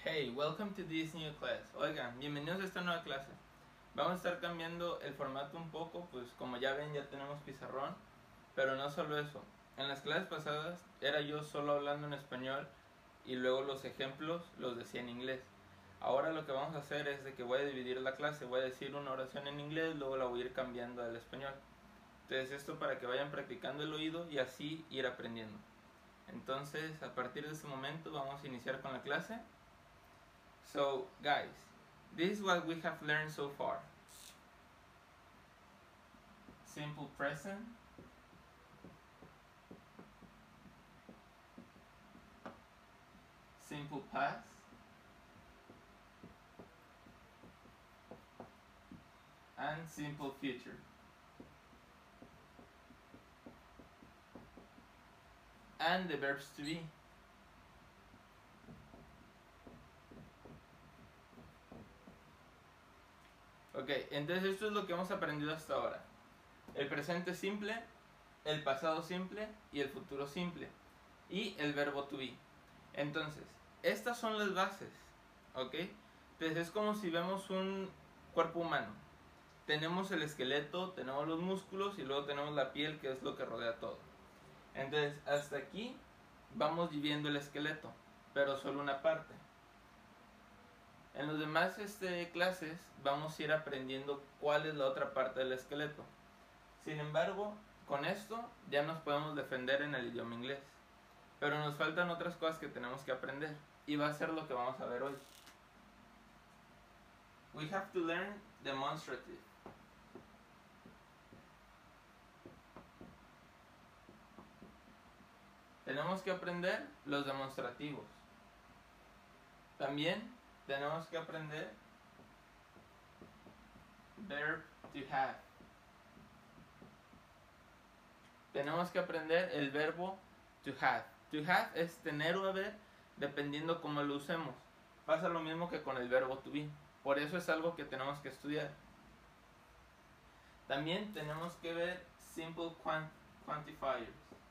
Hey, welcome to this new class. Oigan, bienvenidos a esta nueva clase. Vamos a estar cambiando el formato un poco, pues como ya ven ya tenemos pizarrón, pero no solo eso. En las clases pasadas era yo solo hablando en español y luego los ejemplos los decía en inglés. Ahora lo que vamos a hacer es de que voy a dividir la clase, voy a decir una oración en inglés, luego la voy a ir cambiando al español. Entonces esto para que vayan practicando el oído y así ir aprendiendo. Entonces a partir de este momento vamos a iniciar con la clase. So guys, this is what we have learned so far. Simple present, simple past, and simple future. And the verbs to be. Ok, entonces esto es lo que hemos aprendido hasta ahora. El presente simple, el pasado simple y el futuro simple. Y el verbo to be. Entonces, estas son las bases. Ok, entonces es como si vemos un cuerpo humano. Tenemos el esqueleto, tenemos los músculos y luego tenemos la piel, que es lo que rodea todo. Entonces, hasta aquí vamos viendo el esqueleto, pero solo una parte. En los demás clases vamos a ir aprendiendo cuál es la otra parte del esqueleto. Sin embargo, con esto ya nos podemos defender en el idioma inglés. Pero nos faltan otras cosas que tenemos que aprender y va a ser lo que vamos a ver hoy. We have to learn demonstrative. Tenemos que aprender los demostrativos. También tenemos que aprender verb to have. Tenemos que aprender el verbo to have. To have es tener o haber dependiendo cómo lo usemos. Pasa lo mismo que con el verbo to be. Por eso es algo que tenemos que estudiar. También tenemos que ver simple quantifiers.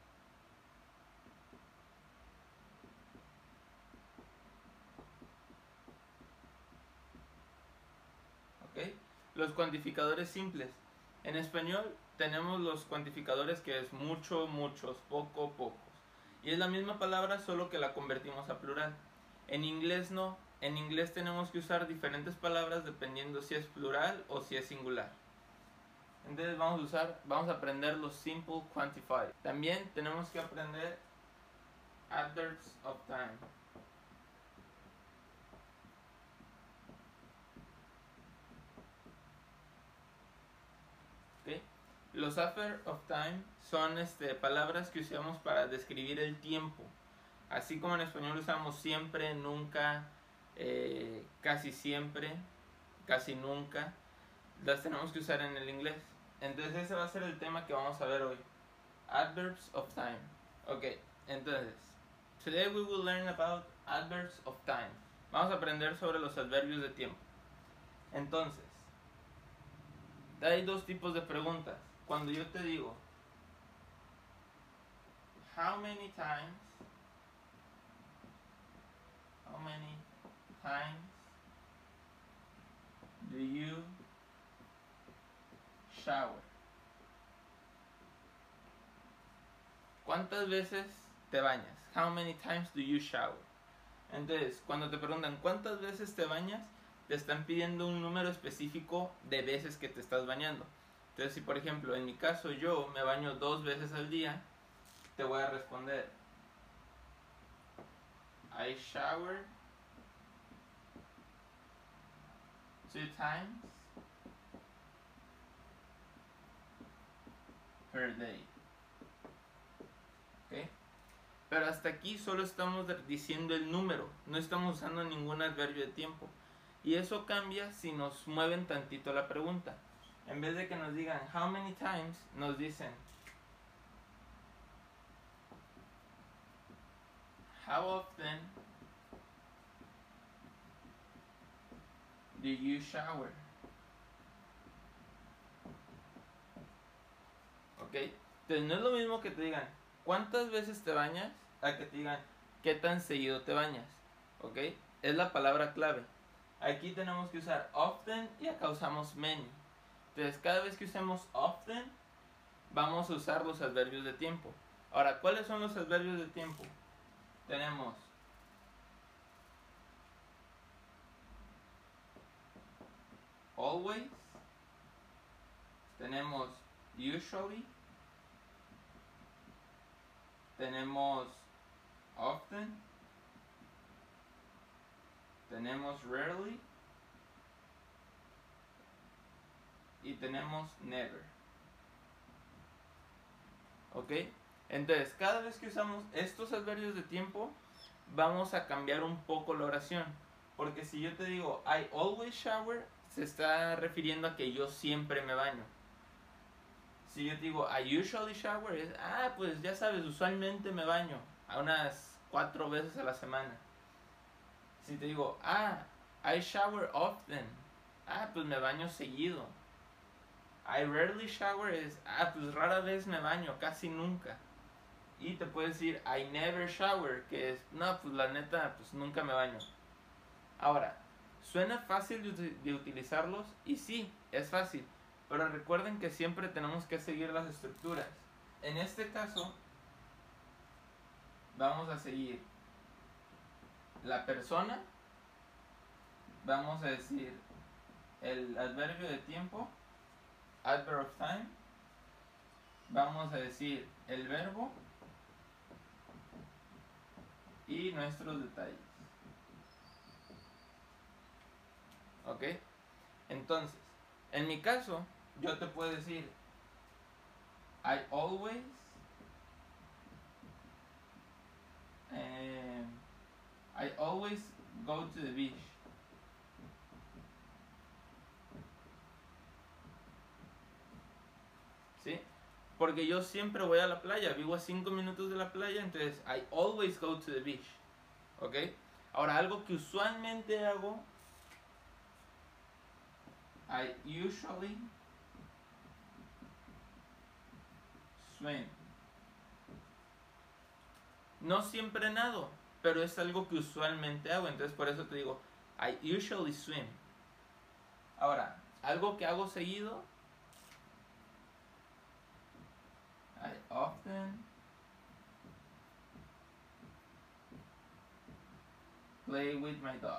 ¿Okay? Los cuantificadores simples. En español tenemos los cuantificadores que es mucho, muchos, poco, pocos. Y es la misma palabra solo que la convertimos a plural. En inglés no. En inglés tenemos que usar diferentes palabras dependiendo si es plural o si es singular. Entonces vamos a aprender los simple quantifiers. También tenemos que aprender adverbs of time. ¿Okay? Los adverbs of time son palabras que usamos para describir el tiempo. Así como en español usamos siempre, nunca, casi siempre, casi nunca, las tenemos que usar en el inglés. Entonces ese va a ser el tema que vamos a ver hoy. Adverbs of time. Ok, entonces, today we will learn about adverbs of time. Vamos a aprender sobre los adverbios de tiempo. Entonces, hay dos tipos de preguntas. Cuando yo te digo, how many times do you shower? ¿Cuántas veces te bañas? How many times do you shower? Entonces, cuando te preguntan cuántas veces te bañas, te están pidiendo un número específico de veces que te estás bañando. Entonces, si por ejemplo, en mi caso yo me baño 2 veces al día, te voy a responder I shower 2 times per day. ¿Okay? Pero hasta aquí solo estamos diciendo el número, no estamos usando ningún adverbio de tiempo. Y eso cambia si nos mueven tantito la pregunta. En vez de que nos digan how many times, nos dicen how often do you shower? ¿Ok? Entonces no es lo mismo que te digan ¿cuántas veces te bañas? A que te digan ¿qué tan seguido te bañas? ¿Ok? es la palabra clave. Aquí tenemos que usar often y acá usamos many. Entonces cada vez que usemos often vamos a usar los adverbios de tiempo. Ahora, ¿cuáles son los adverbios de tiempo? Tenemos always, tenemos usually, tenemos often, tenemos rarely y tenemos never. ¿Ok? Entonces, cada vez que usamos estos adverbios de tiempo, vamos a cambiar un poco la oración. Porque si yo te digo I always shower, se está refiriendo a que yo siempre me baño. Si yo te digo I usually shower, es, pues ya sabes, usualmente me baño a unas 4 veces a la semana. Si te digo, I shower often, pues me baño seguido. I rarely shower es, pues rara vez me baño, casi nunca. Y te puedes decir I never shower, que es, no, pues la neta, pues nunca me baño. Ahora, suena fácil de utilizarlos y sí, es fácil, pero recuerden que siempre tenemos que seguir las estructuras. En este caso, vamos a seguir la persona, vamos a decir el adverbio de tiempo, adverb of time, vamos a decir el verbo y nuestros detalles. ¿Ok? Entonces, en mi caso, yo te puedo decir I always go to the beach. ¿Sí? Porque yo siempre voy a la playa, vivo a 5 minutos de la playa, entonces I always go to the beach. ¿Ok? Ahora, algo que usualmente hago, I usually swim. No siempre nado, pero es algo que usualmente hago, entonces por eso te digo I usually swim. Ahora, algo que hago seguido, I often play with my dog.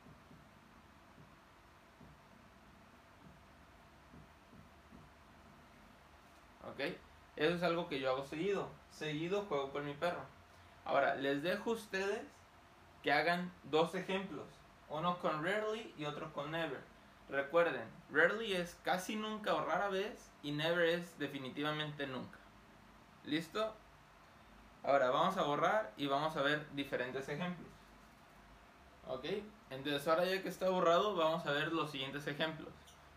¿Ok? Eso es algo que yo hago seguido. Seguido juego con mi perro. Ahora, les dejo a ustedes que hagan 2 ejemplos. Uno con rarely y otro con never. Recuerden, rarely es casi nunca o rara vez y never es definitivamente nunca. ¿Listo? Ahora vamos a borrar y vamos a ver diferentes ejemplos. ¿Ok? Entonces ahora ya que está borrado vamos a ver los siguientes ejemplos.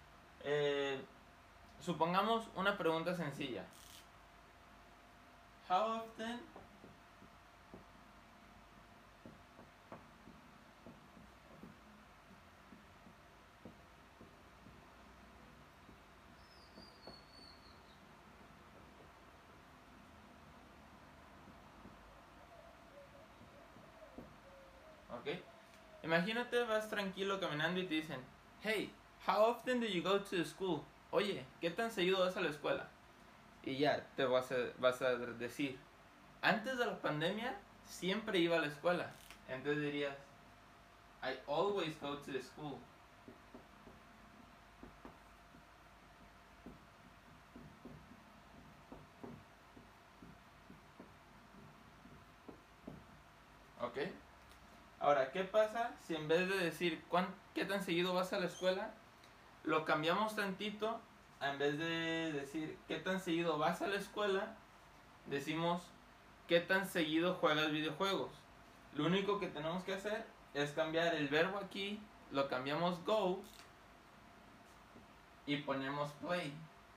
Supongamos una pregunta sencilla. How often ¿ok? Imagínate, vas tranquilo caminando y te dicen, hey, how often do you go to school? Oye, ¿qué tan seguido vas a la escuela? Y ya te vas a decir, antes de la pandemia siempre iba a la escuela. Entonces dirías, I always go to the school. ¿Ok? Ahora, ¿qué pasa si en vez de decir qué tan seguido vas a la escuela, lo cambiamos tantito? En vez de decir qué tan seguido vas a la escuela, decimos qué tan seguido juegas videojuegos. Lo único que tenemos que hacer es cambiar el verbo aquí, lo cambiamos go y ponemos play.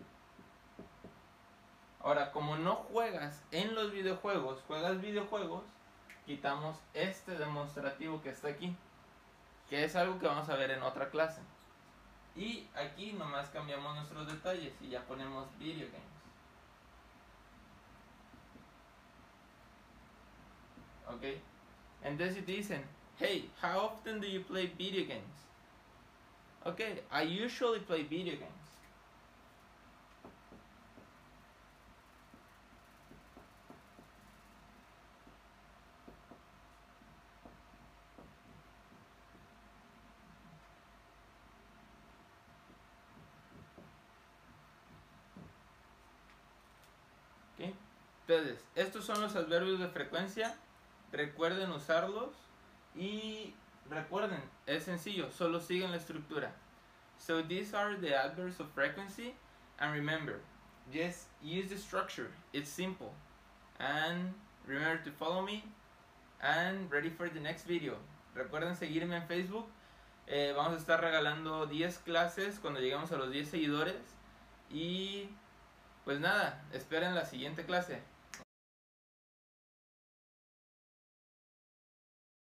Ahora, como no juegas en los videojuegos, juegas videojuegos, quitamos este demostrativo que está aquí, que es algo que vamos a ver en otra clase. Y aquí nomás cambiamos nuestros detalles y ya ponemos video games. ¿Ok? Entonces si te dicen, hey, how often do you play video games? Okay, I usually play video games. Okay. Entonces, estos son los adverbios de frecuencia. Recuerden usarlos y recuerden, es sencillo, solo siguen la estructura. So these are the adverbs of frequency, and remember, just use the structure. It's simple. And remember to follow me and ready for the next video. Recuerden seguirme en Facebook. Vamos a estar regalando 10 clases cuando lleguemos a los 10 seguidores. Y pues nada, esperen la siguiente clase.